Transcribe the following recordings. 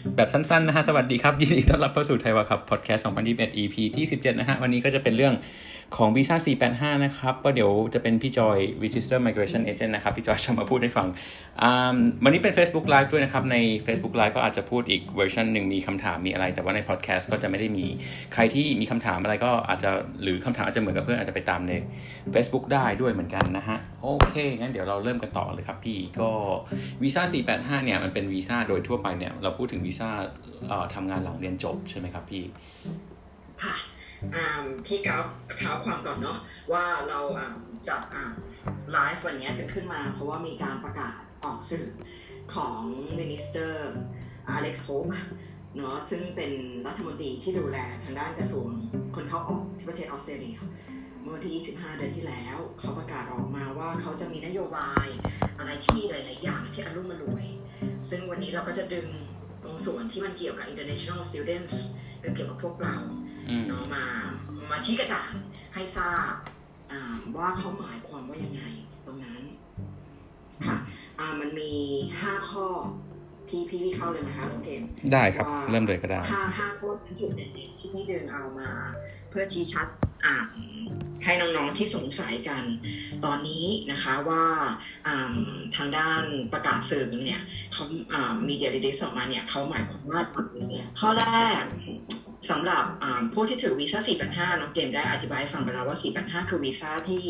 แบบสั้นๆนะฮะสวัสดีครับยินดีต้อนรับเข้าสู่ไทยวาครับพอดแคสต์ 2021 EP ที่17นะฮะวันนี้ก็จะเป็นเรื่องของวีซ่า485นะครับก็เดี๋ยวจะเป็นพี่จอย Register Migration Agent นะครับพี่จอยจะมาพูดให้ฟังวันนี้เป็น Facebook Live ด้วยนะครับใน Facebook Live ก็อาจจะพูดอีกเวอร์ชันหนึ่งมีคำถามมีอะไรแต่ว่าใน Podcast ก็จะไม่ได้มีใครที่มีคำถามอะไรก็อาจจะหรือคำถามอาจจะเหมือนกับเพื่อนอาจจะไปตามใน Facebook ได้ด้วยเหมือนกันนะฮะโอเคงั้นเดี๋ยวเราเริ่มกันต่อเลยครับพี่ก็วีซ่า485เนี่ยมันเป็นวีซ่าโดยทั่วไปเนี่ยเราพูดถึงวีซ่าทำงานหลังเรียนจบใช่ไหมครับพี่ค่ะพี่กราฟเท้าความก่อนเนาะว่าเราจัดไลฟ์วันนี้ขึ้นมาเพราะว่ามีการประกาศออกสื่อของ Minister Alex Hawke เนาะซึ่งเป็นรัฐมนตรีที่ดูแลทางด้านกระทรวงคนเข้าออกที่ประเทศออสเตรเลียเมื่อวันที่25เดือนที่แล้วเขาประกาศออกมาว่าเขาจะมีนโยบายอะไรที่หลายๆอย่างที่อรุ่มอร่วยซึ่งวันนี้เราก็จะดึงตรงส่วนที่มันเกี่ยวกับ international students เกี่ยวกับพวกเราเนาะมาชี้กระจ่างให้ทราบว่าเขาหมายความว่ายังไงตรงนั้นค่ะมันมี5ข้อพี่เข้าเลยนะคะโอเคได้ครับเริ่มเลยก็ได้ 5ข้อจุดเด่นๆที่พี่ดึงเอามาเพื่อชี้ชัดให้น้องๆที่สงสัยกันตอนนี้นะคะว่าทางด้านประกาศสื่อเนี่ยเขามีเดียรีลิสออกมาเนี่ยเขาหมายความว่าข้อแรกสำหรับผู้ที่ถือวีซ่า485น้องเจมได้อธิบายให้ฟังไปแล้วว่า485คือวีซ่าที่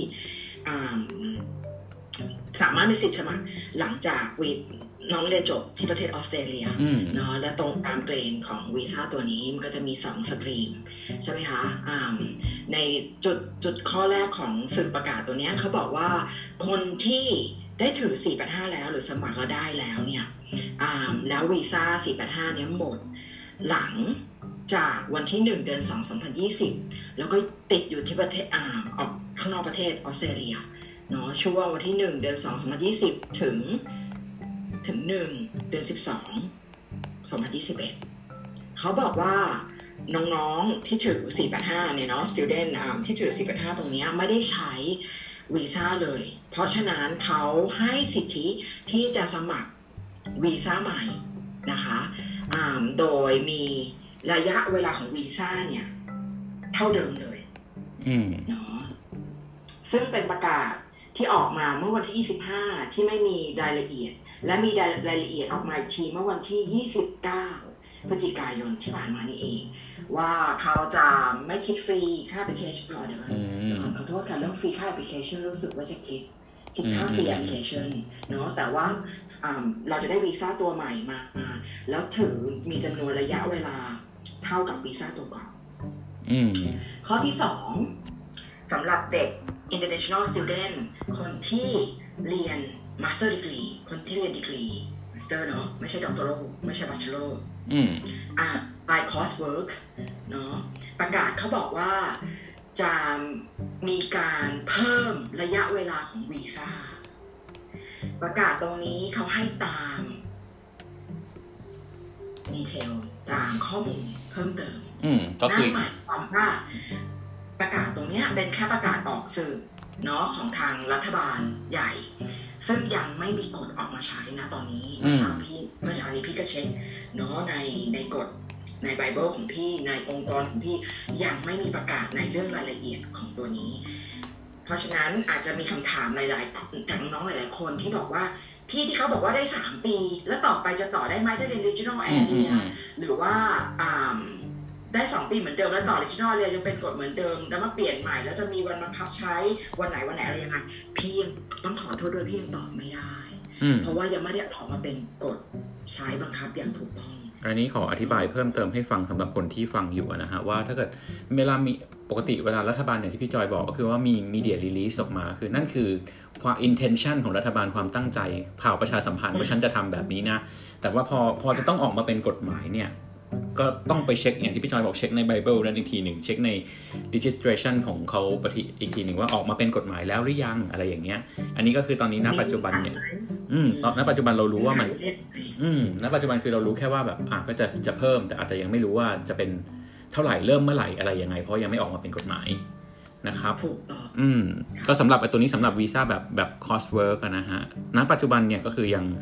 สามารถมีสิทธิ์สมัครหลังจากน้องเรียนจบที่ประเทศออสเตรเลียเนาะและตรงตามเกรนของวีซ่าตัวนี้มันก็จะมี2สตรีมใช่ไหมคะในจุดข้อแรกของสื่อประกาศตัวนี้เขาบอกว่าคนที่ได้ถือ485แล้วหรือสมัครแล้วได้แล้วเนี่ยแล้ววีซ่า485เนี่ยหมดหลังจากวันที่1เดือน2 2020แล้วก็ติดอยู่ที่ประเทศออกข้างนอกประเทศออสเตรเลียเนาะช่วงวันที่1เดือน2 2020ถึง1เดือน12 2021เขาบอกว่าน้องๆที่ถือ485เนี่ยเนาะ student ที่ถือ485ตรงนี้ไม่ได้ใช้วีซ่าเลยเพราะฉะนั้นเขาให้สิทธิที่จะสมัครวีซ่าใหม่นะคะโดยมีระยะเวลาของวีซ่าเนี่ยเท่าเดิมเลยเนาะซึ่งเป็นประกาศที่ออกมาเมื่อวันที่25ที่ไม่มีรายละเอียดและมีรายละเอียดออกมาอีกทีเมื่อวันที่29พฤศจิกายนที่ผ่านมานี่เองว่าเขาจะไม่คิดฟรีค่าแอปพลิเคชันเดี๋ยวขอโทษค่ะเรื่องฟรีค่าแอปพลิเคชันรู้สึกว่าจะคิดค่าฟรีแอปพลิเคชันเนาะแต่ว่าเราจะได้วีซ่าตัวใหม่มาแล้วถือมีจำนวนระยะเวลาเท่ากับวีซ่าตัวเก่าข้อที่2สำหรับเด็ก international student คนที่เรียนmaster degree คนที่เรียน degree master เนาะไม่ใช่ doctoral ไม่ใช่ bachelor by coursework เนาะประกาศเขาบอกว่าจะมีการเพิ่มระยะเวลาของวีซ่าประกาศตรงนี้เขาให้ตามดีเทลตามข้อมูลเพิ่มเติมนั่นหมายความว่าประกาศตรงนี้เป็นแค่ประกาศออกสื่อเนาะของทางรัฐบาลใหญ่ซึ่งยังไม่มีกฎออกมาใช้นะตอนนี้เมื่อเช้านี้พี่ก็เช็คเนาะในกฎในไบเบิลของพี่ในองค์กรของพี่ยังไม่มีประกาศในเรื่องรายละเอียดของตัวนี้เพราะฉะนั้นอาจจะมีคำถามหลายๆจากน้องหลายๆคนที่บอกว่าพี่ที่เขาบอกว่าได้3ปีแล้วต่อไปจะต่อได้ไหมถ้าเรียน regional area หรือว่าได้2ปีเหมือนเดิมแล้วต่อ regional area ยังเป็นกฎเหมือนเดิมแล้วมาเปลี่ยนใหม่แล้วจะมีวันบังคับใช้วันไหนอะไรยังไงพี่ต้องขอโทษด้วยพี่ยังตอบไม่ได้เพราะว่ายังไม่ได้ออกมาเป็นกฎใช้บังคับอย่างถูกต้องอันนี้ขออธิบายเพิ่มเติมให้ฟังสำหรับคนที่ฟังอยู่นะฮะว่าถ้าเกิดเวลามีปกติเวลารัฐบาลอย่างที่พี่จอยบอกก็คือว่ามี media release ออกมาคือนั่นคือความ intention ของรัฐบาลความตั้งใจข่าวประชาสัมพันธ์ว่าฉันจะทำแบบนี้นะแต่ว่าพอจะต้องออกมาเป็นกฎหมายเนี่ยก็ต้องไปเช็คอย่างที่พี่จอยบอกเช็คใน Bible นั่นอีกทีหนึ่งเช็คใน registration ของเขาอีกทีหนึ่งว่าออกมาเป็นกฎหมายแล้วหรือยังอะไรอย่างเงี้ยอันนี้ก็คือตอนนี้ณปัจจุบันเนี่ยณปัจจุบันเรารู้ว่ามันณปัจจุบันคือเรารู้แค่ว่าแบบก็จะเพิ่มแต่อาจจะยังไม่รู้ว่าจะเป็นเท่าไหร่เริ่มเมื่อไหร่อะไรยังไงเพราะยังไม่ออกมาเป็นกฎหมายนะครับก็สำหรับตัวนี้สำหรับวีซ่าแบบ course work นะฮะณปัจจุบันเนี่ยก็คือยัง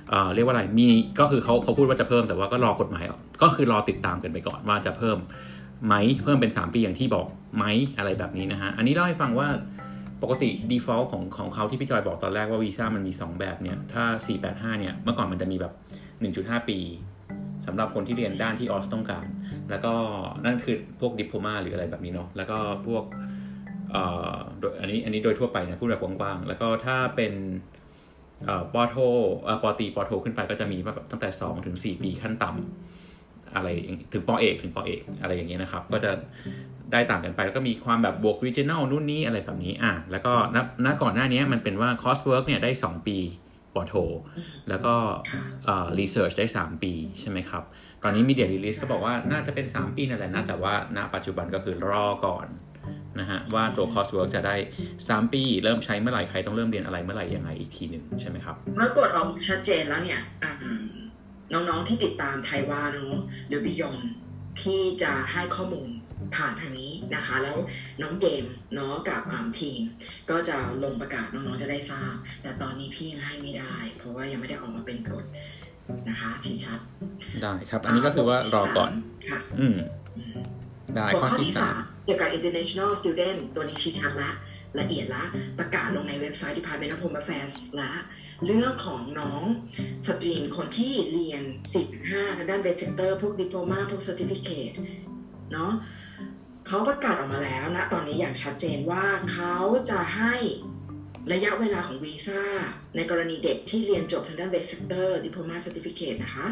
เรียกว่าอะไรมีก็คือเขาพูดว่าจะเพิ่มแต่ว่าก็รอกฎหมายก็คือรอติดตามกันไปก่อนว่าจะเพิ่มไหมเพิ่มเป็น3ปีอย่างที่บอกไหมอะไรแบบนี้นะฮะอันนี้เล่าให้ฟังว่าปกติ default ของเขาที่พี่จอยบอกตอนแรกว่าวีซ่ามันมี2แบบเนี่ยถ้า485เนี่ยเมื่อก่อนมันจะมีแบบ 1.5 ปีสำหรับคนที่เรียนด้านที่ออสต้องการแล้วก็นั่นคือพวกดิโพมาหรืออะไรแบบนี้เนาะแล้วก็พวกอันนี้โดยทั่วไปนะพูดแบบกว้างๆแล้วก็ถ้าเป็นปอโทปอตีปอโทขึ้นไปก็จะมีแบบตั้งแต่2ถึง4ปีขั้นต่ำอะไรถึงปอเอกอะไรอย่างเงี้ยนะครับก็จะได้ต่างกันไปแล้วก็มีความแบบบวก regional นู่นนี่อะไรแบบนี้แล้วก็ก่อนหน้านี้มันเป็นว่า coursework เนี่ยได้2ปีปอโทแล้วก็research ได้3ปีใช่ไหมครับตอนนี้ media release ก็บอกว่าน่าจะเป็น3ปีนั่นแหละนะแต่ว่าณปัจจุบันก็คือรอก่อนนะฮะว่าตัว coursework จะได้3ปีเริ่มใช้เมื่อไหร่ใครต้องเริ่มเรียนอะไรเมื่อไหร่ยังไงอีกทีหนึ่งใช่ไหมครับเมื่อกฎออกชัดเจนแล้วเนี่ยน้องๆที่ติดตามไทยว่าเนาะหรือ Beyond ที่จะให้ข้อมูลผ่านทางนี้นะคะแล้วน้องเกมเนาะกับทีมก็จะลงประกาศน้องๆจะได้ทราบแต่ตอนนี้พี่ยังให้ไม่ได้เพราะว่ายังไม่ได้ออกมาเป็นกฎนะคะชี้ชัดได้ครับอันนี้ก็คือว่ารอก่อนค่ะได้ข้อที่3เกี่ยวกับ international student ตัวนี้ชี้ชัดละเอียดละประกาศลงในเว็บไซต์ Department of Home Affairs ละเรื่องของน้องสตรีมคนที่เรียน4-5ทางด้าน Basic Sector พวก Diploma พวก Certificate เนาะเขาประกาศออกมาแล้วนะตอนนี้อย่างชัดเจนว่าเขาจะให้ระยะเวลาของวีซ่าในกรณีเด็กที่เรียนจบทางด้าน Basic Sector Diploma Certificate นะคะ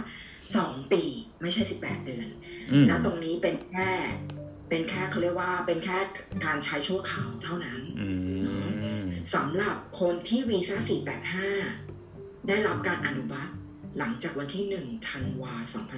2ปีไม่ใช่18เดือนและตรงนี้เป็นแค่เขาเรียกว่าเป็นแค่การใช้ชั่วคราวเท่านั้นสำหรับคนที่วีซ่า485ได้รับการอนุมัติหลังจากวันที่1ธันวาคม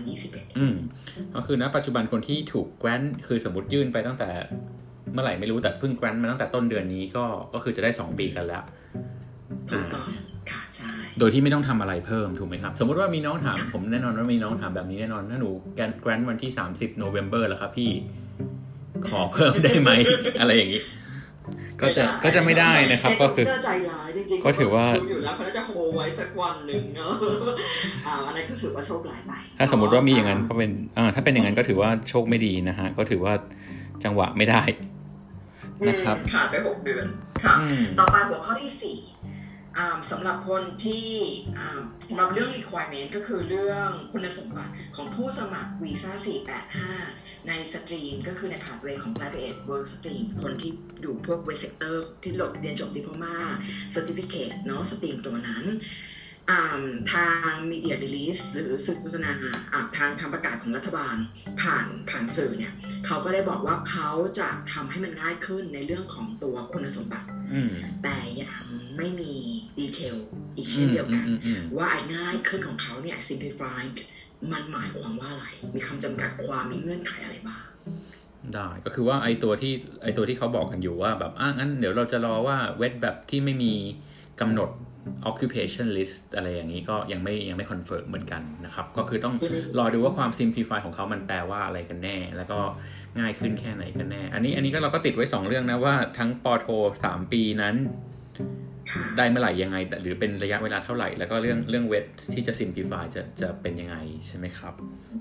2021 ก็คือณปัจจุบันคนที่ถูกแกรนท์คือสมมติยื่นไปตั้งแต่เมื่อไหร่ไม่รู้แต่เพิ่งแกรนท์มาตั้งแต่ต้นเดือนนี้ก็คือจะได้2ปีกันแล้วถูกต้องค่ะใช่โดยที่ไม่ต้องทำอะไรเพิ่มถูกไหมครับสมมติว่ามีน้องถามผมแน่นอนว่ามีน้องถามแบบนี้แน่นอนถ้าหนูแกรนท์วันที่30โนเวมเบอร์แล้วครับพี่ขอเพิ่มได้ไหม อะไรอย่างนี้ก็จะไม่ได้นะครับก็คือใจร้ายจริงๆก็ถือว่าอยู่แล้วเขาจะโฮไว้สักวันนึงเนาะอันนั้นก็ถือว่าโชคร้ายไปถ้าสมมติว่ามีอย่างนั้นก็เป็นถ้าเป็นอย่างนั้นก็ถือว่าโชคไม่ดีนะฮะก็ถือว่าจังหวะไม่ได้นะครับขาดไป6เดือนค่ะต่อไปหัวข้อที่4สำหรับคนที่มาเรื่อง requirement ก็คือเรื่องคุณสมบัติของผู้สมัครวีซ่า485ในสตรีมก็คือใน pathway ของ graduate work stream คนที่อยู่พวก basic sector ที่เรียนจบ diploma certificate เนาะสตรีมตัวนั้นทาง media release หรือสื่อโฆษณาทางประกาศของรัฐบาลผ่านสื่อเนี่ยเขาก็ได้บอกว่าเขาจะทำให้มันง่ายขึ้นในเรื่องของตัวคุณสมบัติแต่ยังไม่มีดีเทลอีกเช่นเดียวกันว่าง่ายขึ้นของเขาเนี่ย simplified มันหมายความว่าอะไรมีคำจำกัดความมีเงื่อนไขอะไรบ้างได้ก็คือว่าไอตัวที่เขาบอกกันอยู่ว่าแบบงั้นเดี๋ยวเราจะรอว่าเว็บแบบที่ไม่มีกำหนดoccupation list อะไรอย่างนี้ก็ยังไม่คอนเฟิร์มเหมือนกันนะครับก็คือต้องรอดูว่าความ simplify ของเขามันแปลว่าอะไรกันแน่แล้วก็ง่ายขึ้นแค่ไหนกันแน่อันนี้ก็เราก็ติดไว้2เรื่องนะว่าทั้งปโท3ปีนั้นได้เมื่อไหร่ยังไงหรือเป็นระยะเวลาเท่าไหร่แล้วก็เรื่องเว็บที่จะ simplify จะเป็นยังไงใช่ไหมครับ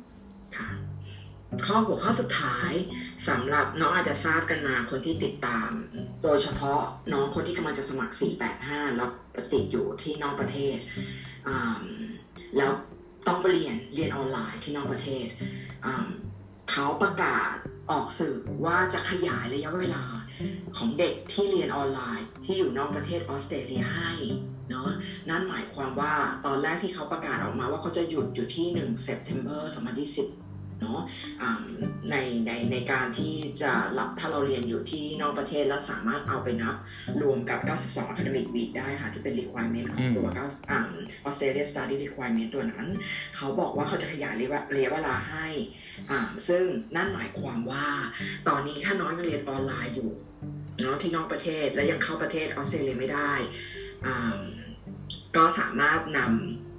หัวข้อสุดท้ายสำหรับน้องอาจจะทราบกันมาคนที่ติดตามโดยเฉพาะน้องคนที่กำลังจะสมัคร485แล้วติดอยู่ที่นอกประเทศแล้วต้องไปเรียนออนไลน์ที่นอกประเทศเขาประกาศออกสื่อว่าจะขยายระยะเวลาของเด็กที่เรียนออนไลน์ที่อยู่นอกประเทศออสเตรเลียให้เนาะนั่นหมายความว่าตอนแรกที่เขาประกาศออกมาว่าเขาจะหยุดอยู่ที่1 September 2020เนาะในการที่จะรับถ้าเราเรียนอยู่ที่นอกประเทศแล้วสามารถเอาไปนับรวมกับ92 academic week ได้ค่ะที่เป็น requirement ของตัวAustralia Study Requirement ตัวนั้นเขาบอกว่าเขาจะขยายระยะเวลาให้ซึ่งนั่นหมายความว่าตอนนี้ถ้าน้องยังเรียนออนไลน์อยู่เนาะที่นอกประเทศและยังเข้าประเทศออสเตรเลียไม่ได้ก็สามารถน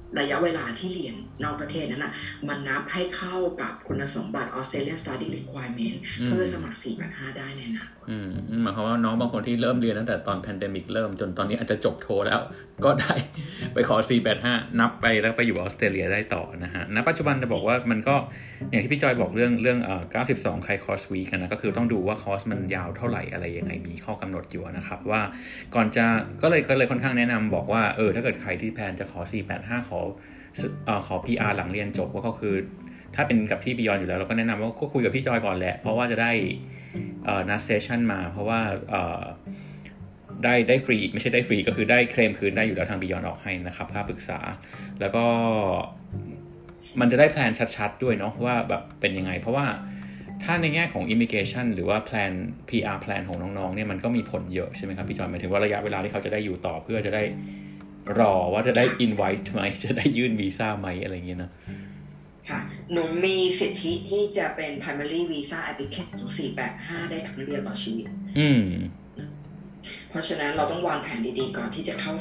ระยะเวลาที่เรียนนอกประเทศนั้นนะมันนับให้เข้ากับคุณสมบัติ Australian Study Requirement เพื่อสมัคร 485 ได้ในอนาคตหมายความว่าน้องบางคนที่เริ่มเรียนตั้งแต่ตอนแพนเดมิกเริ่มจนตอนนี้อาจจะจบโทแล้วก็ได้ไปขอ 485 นับไปแล้วไปอยู่ออสเตรเลียได้ต่อนะฮะณปัจจุบันจะบอกว่ามันก็อย่างที่พี่จอยบอกเรื่อง92 High Course Week นะก็คือต้องดูว่าคอร์สมันยาวเท่าไหร่อะไรยังไงมีข้อกำหนดอยู่นะครับว่าก่อนจะก็เลยค่อนข้างแนะนำบอกว่าถ้าเกิดใครที่แพลนจะขอ 485 ขอ PR หลังเรียนจบก็คือถ้าเป็นกับที่ Beyond อยู่แล้วเราก็แนะนำว่าก็คุยกับพี่จอยก่อนแหละเพราะว่าจะได้นัดเซสชั่นมาเพราะว่าได้ฟรีไม่ใช่ได้ฟรีก็คือได้เคลมคืนได้อยู่แล้วทาง Beyond ออกให้นะครับค่าปรึกษาแล้วก็มันจะได้แพลนชัดๆด้วยเนาะว่าแบบเป็นยังไงเพราะว่าถ้าในแง่ของ immigration หรือว่าแพลน PR แพลนของน้องๆเนี่ยมันก็มีผลเยอะใช่ไหมครับพี่จอยหมายถึงว่าระยะเวลาที่เขาจะได้อยู่ต่อเพื่อจะได้รอว่าจะได้ invite ไหมจะได้ยื่นวีซ่าไหมอะไรอย่างเงี้ยนะค่ะหนูมีสิทธิที่จะเป็น primary visa applicant ของ 485 ได้ครั้งเดียวต่อชีวิตเพราะฉะนั้นเราต้องวางแผนดีๆก่อนที่จะเข้า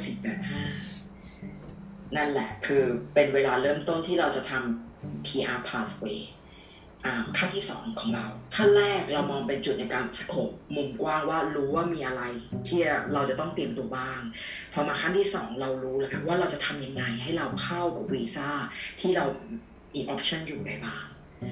485 นั่นแหละคือเป็นเวลาเริ่มต้นที่เราจะทำ PR pathway ขั้นที่2ของเราขั้นแรกเรามองเป็นจุดในการสโคปมุมกว้างว่ารู้ว่ามีอะไรที่เราจะต้องเตรียมตัวบ้างพอมาขั้นที่2เรารู้แล้วว่าเราจะทำยังไงให้เราเข้ากับวีซ่าที่เรามีออปชั่นอยู่ได้บ้าง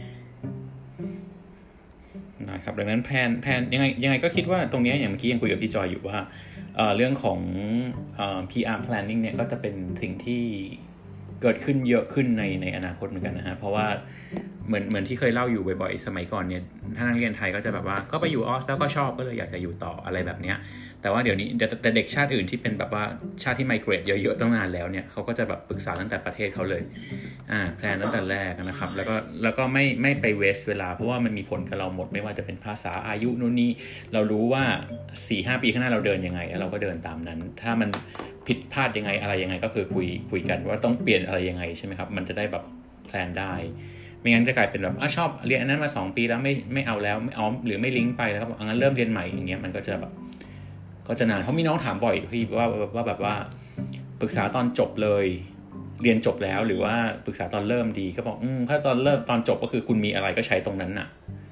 นะครับดังนั้นแผนยังไงก็คิดว่าตรงนี้อย่างเมื่อกี้ยังคุยกับพี่จอยอยู่ว่าเรื่องของPR planning เนี่ยก็จะเป็นสิ่งที่เกิดขึ้นเยอะขึ้นในอนาคตเหมือนกันนะฮะเพราะว่าเหมือนที่เคยเล่าอยู่บ่อยๆสมัยก่อนเนี่ยถ้านักเรียนไทยก็จะแบบว่าก็ไปอยู่ออสแล้วก็ชอบก็เลยอยากจะอยู่ต่ออะไรแบบเนี้ยแต่ว่าเดี๋ยวนี้แต่เด็กชาติอื่นที่เป็นแบบว่าชาติที่ไมเกรตเยอะๆตั้งนานแล้วเนี่ยเขาก็จะแบบปรึกษาตั้งแต่ประเทศเขาเลยแพลนตั้งแต่แรกนะครับแล้วก็ไม่ไปเวสเวลาเพราะว่ามันมีผลกับเราหมดไม่ว่าจะเป็นภาษาอายุนู่นนี่เรารู้ว่า 4-5 ปีข้างหน้าเราเดินยังไงเราก็เดินตามนั้นถ้ามันผิดพลาดยังไงอะไรยังไงก็คือคุยกันว่าต้องเปลี่ยนอะไรยังไงใช่ไหมครับมันจะได้แบบแพลนได้ไม่งั้นจะกลายเป็นแบบชอบเรียนอันนั้นมา2 ปีแล้วไม่เอาแล้วไม่เอาหรือไม่ลิงก์ไปแล้วก็งั้นเริ่มเรียนใหม่อย่างเงี้ยมันก็จะแบบก็จะนานเพราะมีน้องถามบ่อยพี่ว่าแบบว่าปรึกษาตอนจบเลยเรียนจบแล้วหรือว่าปรึกษาตอนเริ่มดีก็บอกถ้าตอนจบก็คือคุณมีอะไรก็ใช้ตรงนั้นน่ะ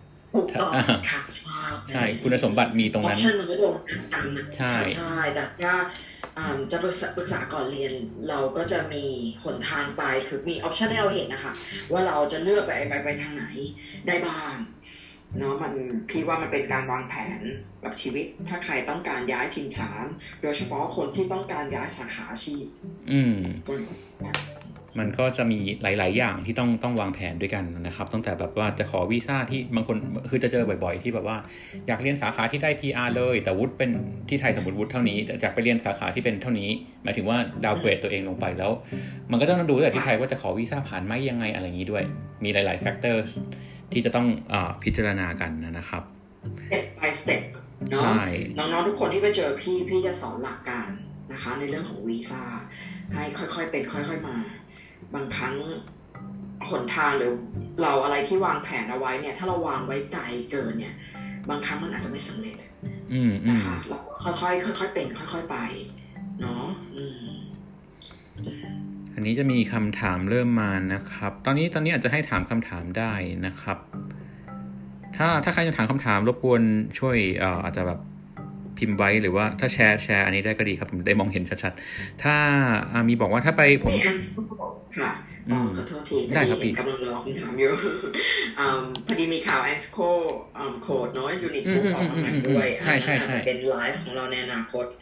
ใช่คุณสมบัติมีตรงนั้นใช่แต่ถ้าจะปรึกษาก่อนเรียนเราก็จะมีหนทางไปคือมีออปชันให้เราเห็นนะคะว่าเราจะเลือกไปทางไหนได้บ้างเนาะมันพี่ว่ามันเป็นการวางแผนกับชีวิตถ้าใครต้องการย้ายถิ่นฐานโดยเฉพาะคนที่ต้องการย้ายสาขาอาชีพมันก็จะมีหลายๆอย่างที่ต้องวางแผนด้วยกันนะครับตั้งแต่แบบว่าจะขอวีซ่าที่บางคนคือจะเจอบ่อยๆที่แบบว่าอยากเรียนสาขาที่ได้ PR เลยแต่วุฒิเป็นที่ไทยสมมติวุฒิเท่านี้อยากไปเรียนสาขาที่เป็นเท่านี้หมายถึงว่าดาวเกรดตัวเองลงไปแล้วมันก็ต้องดูแต่ที่ไทยว่าจะขอวีซ่าผ่านไหมยังไงอะไรอย่างนี้ด้วยมีหลายๆแฟกเตอร์ที่จะต้องพิจารณากันนะครับ step by step เนาะน้องๆทุกคนที่ไปเจอพี่จะสอนหลักการนะคะในเรื่องของวีซ่าให้ค่อยๆเป็นค่อยๆมาบางครั้งหนทางหรือเราอะไรที่วางแผนเอาไว้เนี่ยถ้าเราวางไว้ไกลเกินเนี่ยบางครั้งมันอาจจะไม่สำเร็จนะคะเราค่อยๆเป็นค่อยๆไปเนาะอันนี้จะมีคำถามเริ่มมานะครับตอนนี้อาจจะให้ถามคำถามได้นะครับถ้าใครจะถามคำถามรบกวนช่วยอาจจะแบบพิมพ์ไว้หรือว่าถ้าแชร์อันนี้ได้ก็ดีครับผมได้มองเห็นชัดๆถ้ามีบอกว่าถ้าไปผมค่ะขอโทษทีได้ครับพี่กำลังรอคำถามอยู่พอดีมีข่าว EXCO โค้ดเนาะยูนิตผู้ออกมาด้วยใช่จะเป็นไลฟ์ของเราในอนาคต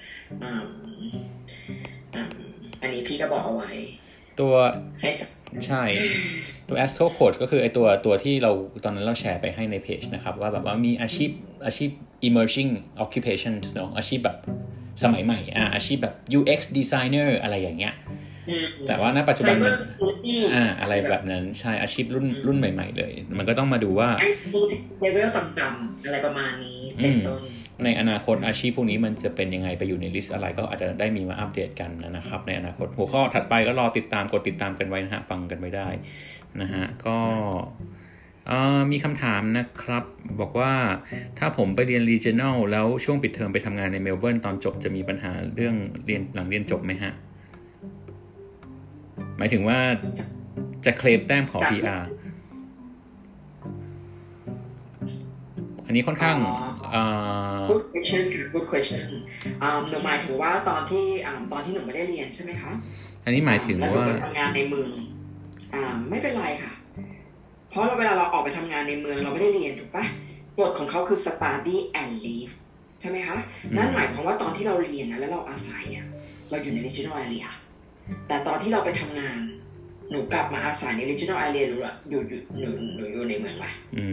อันนี้พี่ก็บอกเอาไว้ตัวใช่ตัว EXCO Code ก็คือไอตัวที่เราตอนนั้นเราแชร์ไปให้ในเพจนะครับว่าแบบว่ามีอาชีพ emerging occupation เนาะอาชีพแบบสมัยใหม่อาชีพแบบ UX designer อะไรอย่างเงี้ยแต่ว่าณปัจจุบันมันอะไรแบบนั้นใช่อาชีพรุ่นใหม่ๆเลยมันก็ต้องมาดูว่าเลเวลต่ำๆอะไรประมาณนี้เป็นต้นในอนาคตอาชีพพวกนี้มันจะเป็นยังไงไปอยู่ในลิสต์อะไรก็อาจจะได้มีมาอัปเดตกันนะครับในอนาคตหัวข้อถัดไปก็รอติดตามกดติดตามกันไว้นะฮะฟังกันไว้ได้นะฮะก็มีคำถามนะครับบอกว่าถ้าผมไปเรียน Regional แล้วช่วงปิดเทอมไปทำงานในเมลเบิร์นตอนจบจะมีปัญหาเรื่องเรียนหลังเรียนจบไหมฮะหายถึงว่าจะเคลมแต้มขอ PR อันนี้ค่อนข้าง good question good question หนูหมายถึงว่าตอนที่หนูไม่ได้เรียนใช่ไหมคะอันนี้หมายถึงว่าไปทำงานในเมืองไม่เป็นไรค่ะเพราะเวลาเราออกไปทำงานในเมืองเราไม่ได้เรียนถูกปะกฎของเขาคือ study and leave ใช่ไหมคะนั่นหมายความว่าตอนที่เราเรียนนะแล้วเราอาศัยเราอยู่ใน regional area แต่ตอนที่เราไปทำงานหนูกลับมาอาศัยใน regional area หรืออยู่ในเมืองวะ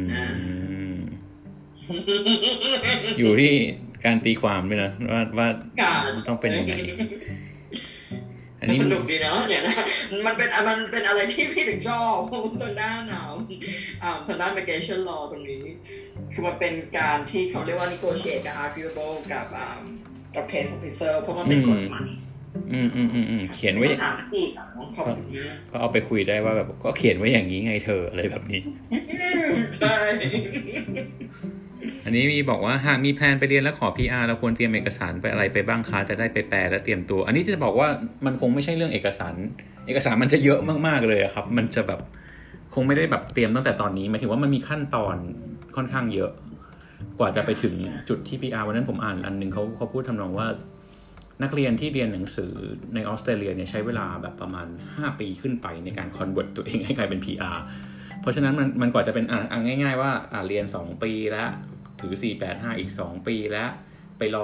อยู่ที่การตีความด้วยนะว่าต้องเป็นยังไงอันนี้สนุกดีเนาะเนี่ยนะมันเป็นอะไรที่พี่ถึงชอบทางด้านทางด้าน migration law ตรงนี้คือมันเป็นการที่เขาเรียกว่า negotiate กับ arguable กับcase officer เพราะมันเป็นกฎหมายเขียนไว้ก็เอาไปคุยได้ว่าแบบก็เขียนไว้อย่างนี้ไงเธออะไรแบบนี้ใช่อันนี้มีบอกว่าหากมีแพลนไปเรียนแล้วขอ PR เราควรเตรียมเอกสารไปอะไรไปบ้างคะจะได้ไปแปลและเตรียมตัวอันนี้จะบอกว่ามันคงไม่ใช่เรื่องเอกสารมันจะเยอะมากๆเลยครับมันจะแบบคงไม่ได้แบบเตรียมตั้งแต่ตอนนี้หมายถึงว่ามันมีขั้นตอนค่อนข้างเยอะกว่าจะไปถึงจุดที่ PR วันนั้นผมอ่านอันนึงเขาพูดทำนองว่านักเรียนที่เรียนหนังสือในออสเตรเลียเนี่ยใช้เวลาแบบประมาณ5 ปีขึ้นไปในการคอนเวิร์ตตัวเองให้กลายเป็น PR เพราะฉะนั้นมันกว่าจะเป็นง่ายๆว่าเรียน2 ปีแล้วถือ485อีก2 ปีแล้วไปรอ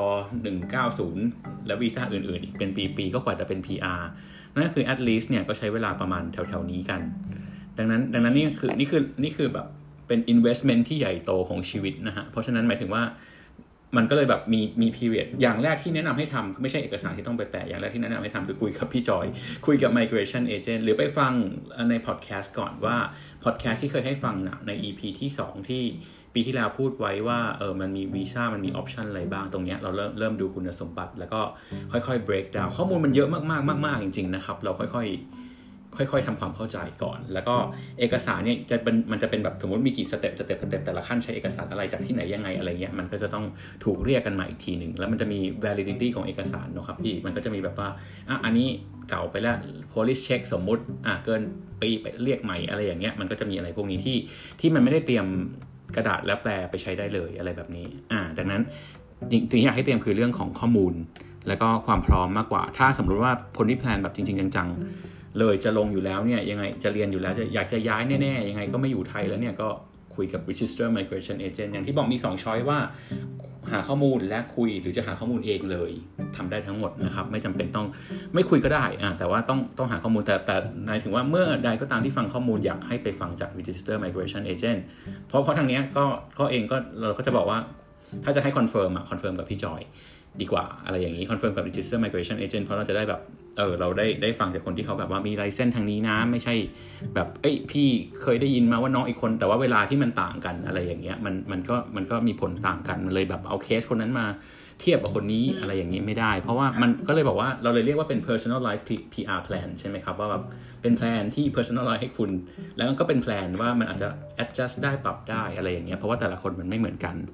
190แล้ววีซ่าอื่นๆอีกเป็นปีๆก็กว่าจะเป็น PR นั่นคือ at least เนี่ยก็ใช้เวลาประมาณแถวๆนี้กันดังนั้นนี่คือแบบเป็น investment ที่ใหญ่โตของชีวิตนะฮะเพราะฉะนั้นหมายถึงว่ามันก็เลยแบบมี period อย่างแรกที่แนะนำให้ทำไม่ใช่เอกสารที่ต้องไปแปะอย่างแรกที่แนะนำให้ทำคือคุยกับพี่จอยคุยกับ migration agent หรือไปฟังใน podcast ก่อนว่า podcast ที่เคยให้ฟังนะใน EP ที่2ที่ปีที่แล้วพูดไว้ว่ามันมีวีซ่ามันมี option อะไรบ้างตรงเนี้ยเราเริ่มดูคุณสมบัติแล้วก็ค่อยๆ break down ข้อมูลมันเยอะมากๆจริงๆนะครับเราค่อยๆทำความเข้าใจก่อนแล้วก็เอกสารเนี่ยมันจะเป็นแบบสมมติมีกี่สเต็ปแต่ละขั้นใช้เอกสารอะไรจากที่ไหนยังไงอะไรเงี้ยมันก็จะต้องถูกเรียกกันมาอีกทีนึงแล้วมันจะมี validity ของเอกสารนะครับพี่มันก็จะมีแบบว่าอันนี้เก่าไปแล้ว police check สมมุติเกินปีไปเรียกใหม่อะไรอย่างเงี้ยมันก็จะมีอะไรพวกนี้ที่มันไม่ได้เตรียมกระดาษแล้วแปลไปใช้ได้เลยอะไรแบบนี้ดังนั้นสิ่งที่อยากให้เตรียมคือเรื่องของข้อมูลแล้วก็ความพร้อมมากกว่าถ้าสมมติว่าคนที่แพลนแบบจริงๆจังๆเลยจะลงอยู่แล้วเนี่ยยังไงจะเรียนอยู่แล้วอยากจะย้ายแน่ๆยังไงก็ไม่อยู่ไทยแล้วเนี่ยก็คุยกับ Register Migration Agent อย่างที่บอกมี2 ช้อยว่าหาข้อมูลและคุยหรือจะหาข้อมูลเองเลยทำได้ทั้งหมดนะครับไม่จำเป็นต้องไม่คุยก็ได้แต่ว่าต้องหาข้อมูลแต่หมายถึงว่าเมื่อใดก็ตามที่ฟังข้อมูลอยากให้ไปฟังจาก Register Migration Agent เพราะทางนี้ก็เองก็เราก็จะบอกว่าถ้าจะให้คอนเฟิร์มกับพี่จอยดีกว่าอะไรอย่างนี้คอนเฟิร์มกับ Register Migration Agent เพราะเราจะได้แบบเราได้ฟังจากคนที่เขาแบบว่ามีไลเซนส์ทางนี้นะไม่ใช่แบบพี่เคยได้ยินมาว่าน้องอีกคนแต่ว่าเวลาที่มันต่างกันอะไรอย่างเงี้ยมันก็มีผลต่างกันมันเลยแบบเอาเคสคนนั้นมาเทียบกับคนนี้อะไรอย่างนี้ไม่ได้เพราะว่ามันก็เลยบอกว่าเราเลยเรียกว่าเป็น personalized PR plan ใช่ไหมครับว่าแบบเป็นแพลนที่ personalize ให้คุณแล้วก็เป็นแพลนว่ามันอาจจะ adjust ได้ปรับได้อะไรอย่างเงี้ยเพราะว่าแต่ละคนมันไม่เหมือนกัน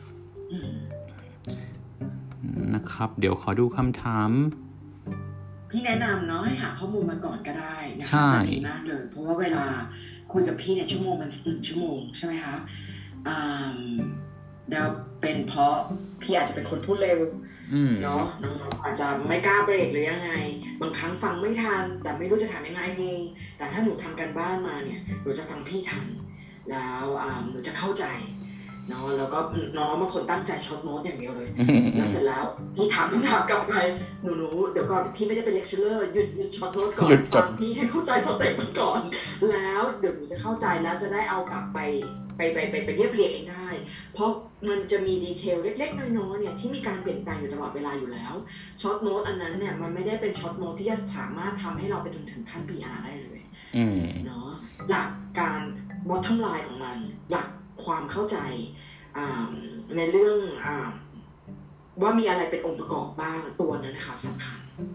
นะครับเดี๋ยวขอดูคำถามพี่แนะนำเนาะให้หาข้อมูลมาก่อนก็ได้นะคะจะดีมากเลยเพราะว่าเวลาคุยกับพี่เนี่ยชั่วโมงมัน1 ชั่วโมงใช่ไหมคะแล้วเป็นเพราะพี่อาจจะเป็นคนพูดเร็วเนาะน้องๆอาจจะไม่กล้าเบรกหรือยังไงบางครั้งฟังไม่ทันแต่ไม่รู้จะทำยังไงดีแต่ถ้าหนูทำกันบ้านมาเนี่ยหนูจะฟังพี่ทันแล้วหนูจะเข้าใจเนาะแล้วก็น้องบางคนตั้งใจช็อตโน้ตอย่างเดียวเลยแล้วเสร็จแล้วพี่ถามคำถามกลับไปหนูเดี๋ยวก่อนพี่ไม่ได้เป็นเลคเชอร์หยุดช็อตโน้ตก่อนฟังพี่ให้เข้าใจสเต็ปมันก่อนแล้วเดี๋ยวหนูจะเข้าใจแล้วจะได้เอากลับไปเรียบเรียงเองได้เพราะมันจะมีดีเทลเล็กๆน้อยๆเนี่ยที่มีการเปลี่ยนแปลงอยู่ตลอดเวลาอยู่แล้วช็อตโน้ตอันนั้นเนี่ยมันไม่ได้เป็นช็อตโน้ตที่จะสามารถทำให้เราไปถึงขั้น PR ได้เลยเนาะหลักการ bottom line ของมันหลักความเข้าใจในเรื่องว่ามีอะไรเป็นองค์ประกอบบ้างตัวนั้นนะคะสำคัญ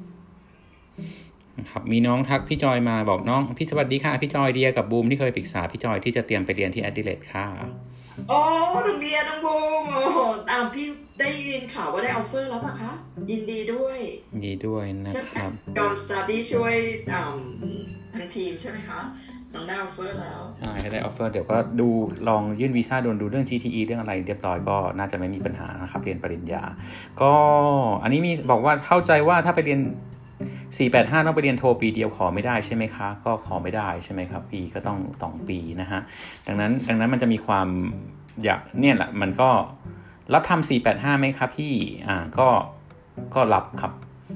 ครับมีน้องทักพี่จอยมาบอกน้องพี่สวัสดีค่ะพี่จอยเดียกับบูมที่เคยปรึกษาพี่จอยที่จะเตรียมไปเรียนที่แอดิเลดค่ะโอ้น้องเบียร์น้องบูมโอ้พี่ได้ยินข่าวว่าได้ออฟเฟอร์แล้วป่ะคะยินดีด้วยยินดีด้วยนะครับดอนสตาร์ดี้ช่วยทั้งทีมใช่ไหมคะน้องได้ออฟเฟอร์แล้วใช่ได้ออฟเฟอร์เดี๋ยวก็ดูลองยื่นวีซ่าดูเรื่อง GTE เรื่องอะไรเรียบร้อยก็น่าจะไม่มีปัญหานะครับเรียนปริญญาก็อันนี้มีบอกว่าเข้าใจว่าถ้าไปเรียน485ต้องไปเรียนโทปีเดียวขอไม่ได้ใช่ไหมคะก็ขอไม่ได้ใช่ไหมครับปีก็ต้อง2ปีนะฮะดังนั้นมันจะมีความอยากเนี่ยแหละมันก็รับทำ485ไหมครับพี่ก็รับครับ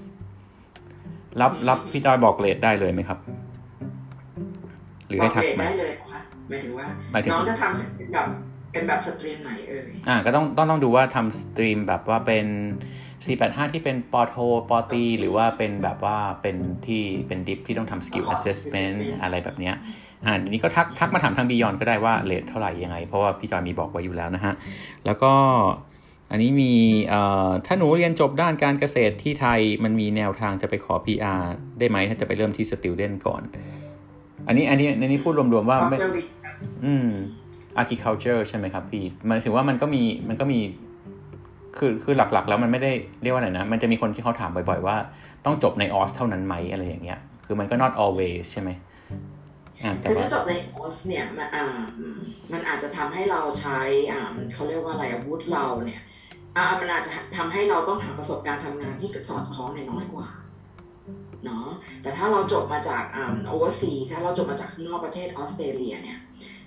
รับพี่จอยบอกเรทได้เลยไหมครับหรือให้ทักมาได้เลยค่ะหมายถึงว่าน้องจะทำเป็นแบบสตรีมไหนเอ่ยก็ต้องดูว่าทำสตรีมแบบว่าเป็น485ที่เป็นปอโทปอตีหรือว่าเป็นแบบว่าเป็นที่เป็นดิฟที่ต้องทำ skill assessment อะไรแบบเนี้ยทีนี้ก็ทักมาถามทาง Beyond ก็ได้ว่าเรทเท่าไหร่ยังไงเพราะว่าพี่จอยมีบอกไว้อยู่แล้วนะฮะแล้วก็อันนี้มีถ้าหนูเรียนจบด้านการเกษตรที่ไทยมันมีแนวทางจะไปขอ PR ได้ไหมถ้าจะไปเริ่มที่ student ก่อนอันนี้พูดรวมๆว่าagriculture ใช่ไหมครับพี่มันถือว่ามันก็มีคือหลักๆแล้วมันไม่ได้เรียกว่าไหนนะมันจะมีคนที่เขาถามบ่อยๆว่าต้องจบในออสเท่านั้นไหมอะไรอย่างเงี้ยคือมันก็ not always ใช่ไหมคือถ้าจบในออสเนี่ยมันอาจจะทำให้เราใช้เขาเรียกว่าอะไรวุฒิเราเนี่ยมันอาจจะทำให้เราต้องหาประสบการณ์ทำงานที่สอดคล้องน้อยกว่าเนาะแต่ถ้าเราจบมาจากโอเวอร์ซีถ้าเราจบมาจากนอกประเทศออสเตรเลียเนี่ย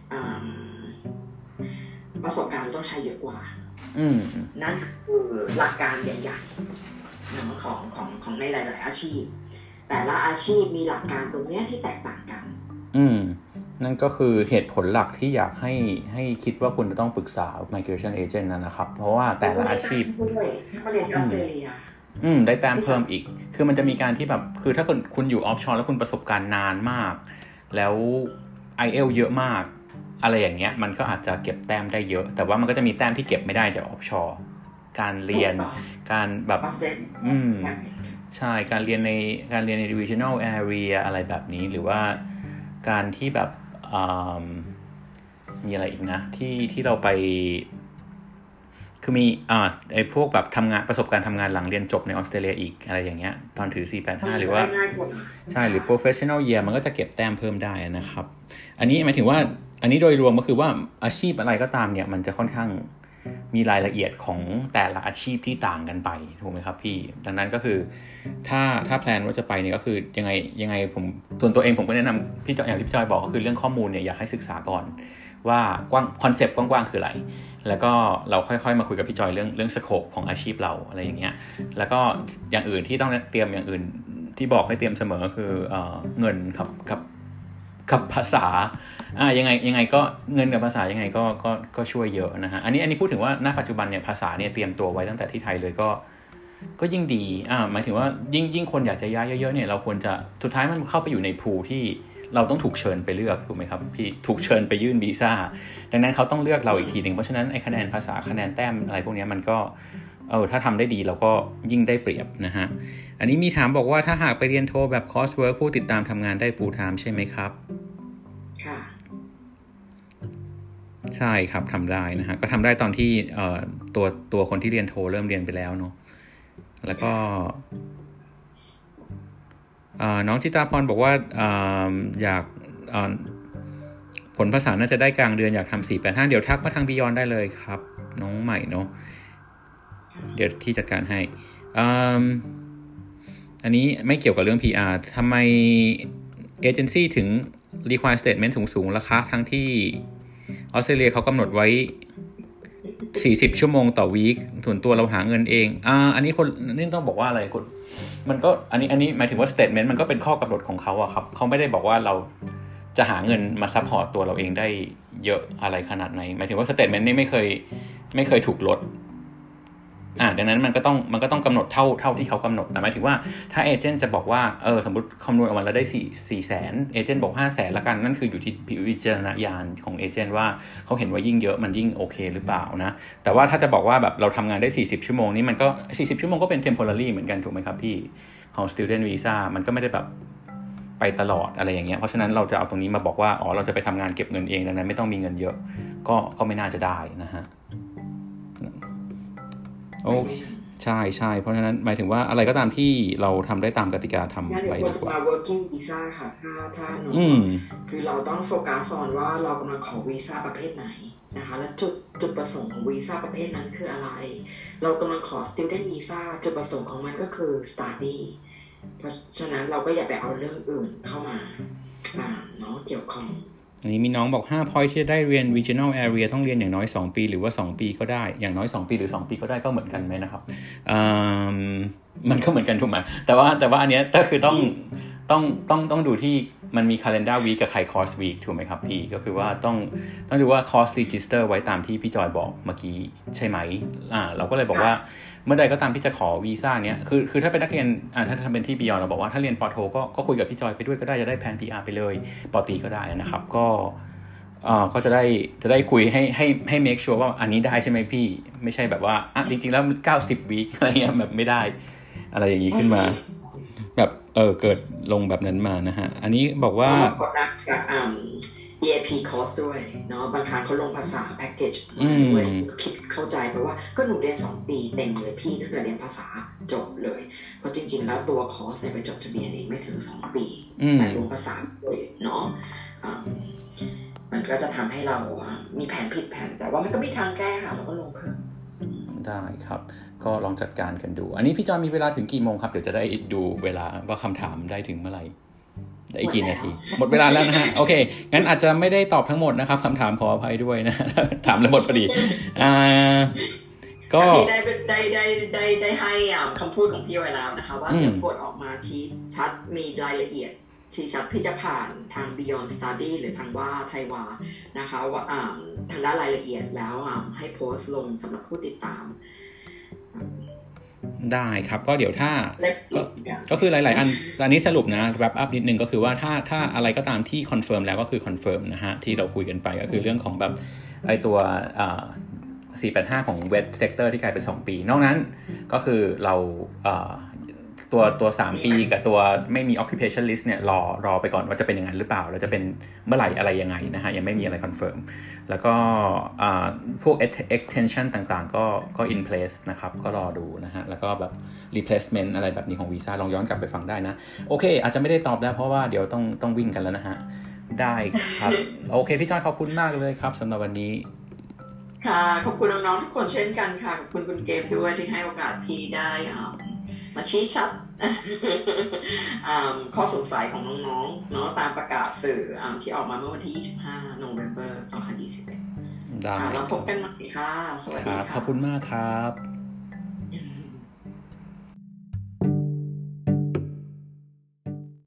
ประสบการณ์ต้องใช้เยอะกว่านั่นคือหลักการใหญ่ๆของในหลายๆอาชีพแต่ละอาชีพมีหลักการตรงนี้ที่แตกต่างกันนั่นก็คือเหตุผลหลักที่อยากให้คิดว่าคุณจะต้องปรึกษา migration agent นะครับเพราะว่าแต่ละอาชีพมาเรียนที่ออสเตรเลียได้แต้มเพิ่มอีกคือมันจะมีการที่แบบคือถ้าคุณอยู่ออฟชอร์แล้วคุณประสบการณ์นานมากแล้ว IELTS เยอะมากอะไรอย่างเงี้ยมันก็อาจจะเก็บแต้มได้เยอะแต่ว่ามันก็จะมีแต้มที่เก็บไม่ได้จากออฟชอร์การเรียนการแบบใช่การเรียนใน regional area อะไรแบบนี้หรือว่าการที่แบบมีอะไรอีกนะที่เราไปคือมีไอ้พวกแบบทำงานประสบการณ์ทำงานหลังเรียนจบในออสเตรเลียอีกอะไรอย่างเงี้ยตอนถือ485หรือว่าใช่หรือ professional year มันก็จะเก็บแต้มเพิ่มได้นะครับอันนี้หมายถึงว่าอันนี้โดยรวมก็คือว่าอาชีพอะไรก็ตามเนี่ยมันจะค่อนข้างมีรายละเอียดของแต่ละอาชีพที่ต่างกันไปถูกไหมครับพี่ดังนั้นก็คือถ้าแพลนว่าจะไปเนี่ยก็คือยังไงผมส่วนตัวเองผมก็แนะนำพี่จอยอย่างที่พี่จอยบอกก็คือเรื่องข้อมูลเนี่ยอยากให้ศึกษาก่อนว่ากว้างคอนเซปต์กว้างๆคืออะไรแล้วก็เราค่อยๆมาคุยกับพี่จอยเรื่องสโคปของอาชีพเราอะไรอย่างเงี้ยแล้วก็อย่างอื่นที่ต้องเตรียมอย่างอื่นที่บอกให้เตรียมเสมอคือเงินกับภาษายังไงก็เงินกับภาษายังไงก็ช่วยเยอะนะฮะอันนี้พูดถึงว่าณปัจจุบันเนี่ยภาษาเนี่ยเตรียมตัวไว้ตั้งแต่ที่ไทยเลยก็ยิ่งดีหมายถึงว่ายิ่งคนอยากจะย้ายเยอะๆเนี่ยเราควรจะสุดท้ายมันเข้าไปอยู่ในพูลที่เราต้องถูกเชิญไปเลือกถูกไหมครับพี่ถูกเชิญไปยื่นวีซ่าดังนั้นเขาต้องเลือกเราอีกทีนึงเพราะฉะนั้นไอ้คะแนนภาษาคะแนนแต้มอะไรพวกนี้มันก็ถ้าทำได้ดีเราก็ยิ่งได้เปรียบนะฮะอันนี้มีถามบอกว่าถ้าหากไปเรียนโทแบบคอร์สเวิร์คผู้ติดตามทำงานได้ full time ใช่ไหมครับค่ะใช่ครับทำได้นะฮะก็ทำได้ตอนที่ตัวคนที่เรียนโทเริ่มเรียนไปแล้วเนาะแล้วก็น้องจิตาพรบอกว่าอยากผลภาษาน่าจะได้กลางเดือนอยากทำ485เดี๋ยวทักมาทาง Beyond ได้เลยครับน้องใหม่เนาะเดี๋ยวที่จัดการให้อันนี้ไม่เกี่ยวกับเรื่อง PR ทำไมเอเจนซี่ถึง require statement สูงๆราคาทั้งที่ออสเตรเลียเขากำหนดไว้40ชั่วโมงต่อวีคส่วนตัวเราหาเงินเองอันนี้คนนี่ต้องบอกว่าอะไรคุณมันก็อันนี้หมายถึงว่า statement มันก็เป็นข้อกำหนดของเขาอะครับเขาไม่ได้บอกว่าเราจะหาเงินมาซัพพอร์ตตัวเราเองได้เยอะอะไรขนาดไหนหมายถึงว่า statement นี่ไม่เคยถูกลดดังนั้นมันก็ต้องกำหนดเท่าที่เขากำหนดนะหมายถึงว่าถ้าเอเจนต์จะบอกว่าสมมติคำนวณออกมาแล้วได้400,000เอเจนต์บอก500,000ละกันนั่นคืออยู่ที่วิจารณญาณของเอเจนต์ว่าเขาเห็นว่ายิ่งเยอะมันยิ่งโอเคหรือเปล่านะแต่ว่าถ้าจะบอกว่าแบบเราทำงานได้40ชั่วโมงนี่มันก็40ชั่วโมงก็เป็น temporary เหมือนกันถูกไหมครับพี่ของ student visa มันก็ไม่ได้แบบไปตลอดอะไรอย่างเงี้ยเพราะฉะนั้นเราจะเอาตรงนี้มาบอกว่าอ๋อเราจะไปทำงานเก็บเงินเองดังนั้นไม่ต้องมีเงินเยอะก็ไม่น่าจะได้นะฮะโอเคใช่เพราะฉะนั้นหมายถึงว่าอะไรก็ตามที่เราทำได้ตามกติกาทำไปดีกว่า working visa ค่ะถ้าคือเราต้องโฟกัสonว่าเรากำลังขอวีซ่าประเภทไหนนะคะและจุดประสงค์ของวีซ่าประเภทนั้นคืออะไรเรากำลังขอ student visa จุดประสงค์ของมันก็คือ study เพราะฉะนั้นเราก็อย่าไปเอาเรื่องอื่นเข้ามาเนาะเกี่ยวข้องอันนี้มีน้องบอก5 point ที่จะได้เรียน regional area ต้องเรียนอย่างน้อย2ปีหรือว่า2ปีก็ได้อย่างน้อย2ปีหรือ2ปีก็ได้ก็เหมือนกันไหมนะครับมันก็เหมือนกันถูกไหมแต่ว่าอันเนี้ยก็คือต้องดูที่มันมี calendar week กับ high course week ถูกไหมครับพี่ก็คือว่าต้องดูว่า course register ไว้ตามที่พี่จอยบอกเมื่อกี้ใช่ไหมเราก็เลยบอกว่าเมื่อใดก็ตามที่จะขอวีซ่าเนี้ยคือถ้าเป็นนักเรียนถ้าทำเป็นที่ Beyond เราบอกว่าถ้าเรียนป.โทก็คุยกับพี่จอยไปด้วยก็ได้จะได้แพลน PR ไปเลยป.ตรีก็ได้นะครับก็จะได้คุยให้ make sure ว่าอันนี้ได้ใช่ไหมพี่ไม่ใช่แบบว่าจริงๆแล้ว90 week อะไรเงี้ยแบบไม่ได้อะไรอย่างนี้ขึ้นมาแบบเกิดลงแบบนั้นมานะฮะอันนี้บอกว่าก็นับกับEAP course ด้วยเนาะบางครั้งเขาลงภาษาแพ็กเกจด้วยคิดเข้าใจเพราะว่าก็หนูเรียน2ปีเต็มเลยพี่ตั้งแต่เรียนภาษาจบเลยเพราะจริงๆแล้วตัวคอร์สไปจดทะเบียนเองไม่ถึง2ปีแต่ลงภาษาด้วยเนาะมันก็จะทำให้เรามีแผนผิดแผนแต่ว่ามันก็มีทางแก้ค่ะเราก็ลงเพิ่มได้ครับก็ลองจัดการกันดูอันนี้พี่จอยมีเวลาถึงกี่โมงครับเดี๋ยวจะได้ดูเวลาว่าคำถามได้ถึงเมื่อไหร่ได้อีกกี่นาทีหมดเวลาแล้วนะฮะโอเคงั้นอาจจะไม่ได้ตอบทั้งหมดนะครับคำถามขออภัยด้วยนะถามแล้วหมดพอดีก็ได้ให้คำพูดของพี่ไว้แล้วนะคะว่าเดี๋ยวกดออกมาชี้ชัดมีรายละเอียดชี้ชัดพี่จะผ่านทาง Beyond Study หรือทางว่าไทยวานะคะว่าทางด้านรายละเอียดแล้วให้โพสต์ลงสำหรับผู้ติดตามได้ครับก็เดี๋ยวถ้าก็คือหลายๆอันนี้สรุปนะ wrap up นิดนึงก็คือว่าถ้าอะไรก็ตามที่ confirm แล้วก็คือ confirm นะฮะที่เราคุยกันไปก็คือเรื่องของแบบไอตัว485ของ wet sector ที่กลายเป็น2ปีนอกนั้นก็คือเราตัว3ปีกับตัวไม่มี occupation list เนี่ยรอไปก่อนว่าจะเป็นอย่างนั้นหรือเปล่าแล้วจะเป็นเมื่อไหร่อะไรยังไงนะฮะยังไม่มีอะไร confirm แล้วก็พวก extension ต่างๆก็ in place นะครับก็รอดูนะฮะแล้วก็แบบ replacement อะไรแบบนี้ของวีซ่าลองย้อนกลับไปฟังได้นะโอเคอาจจะไม่ได้ตอบแล้วเพราะว่าเดี๋ยวต้องวิ่งกันแล้วนะฮะได้ครับโอเคพี่จอยขอบคุณมากเลยครับสำหรับวันนี้ค่ะขอบคุณน้องๆทุกคนเช่นกันค่ะขอบคุณคุณเกมด้วยที่ให้โอกาสพี่ได้มาชี้ชัดข้อสงสัยของน้องๆเนาะตามประกาศสื่อที่ออกมาเมื่อวันที่25 November 2021 ได้แล้วพบกันใหม่ค่ะสวัสดีค่ะขอบคุณมากครับ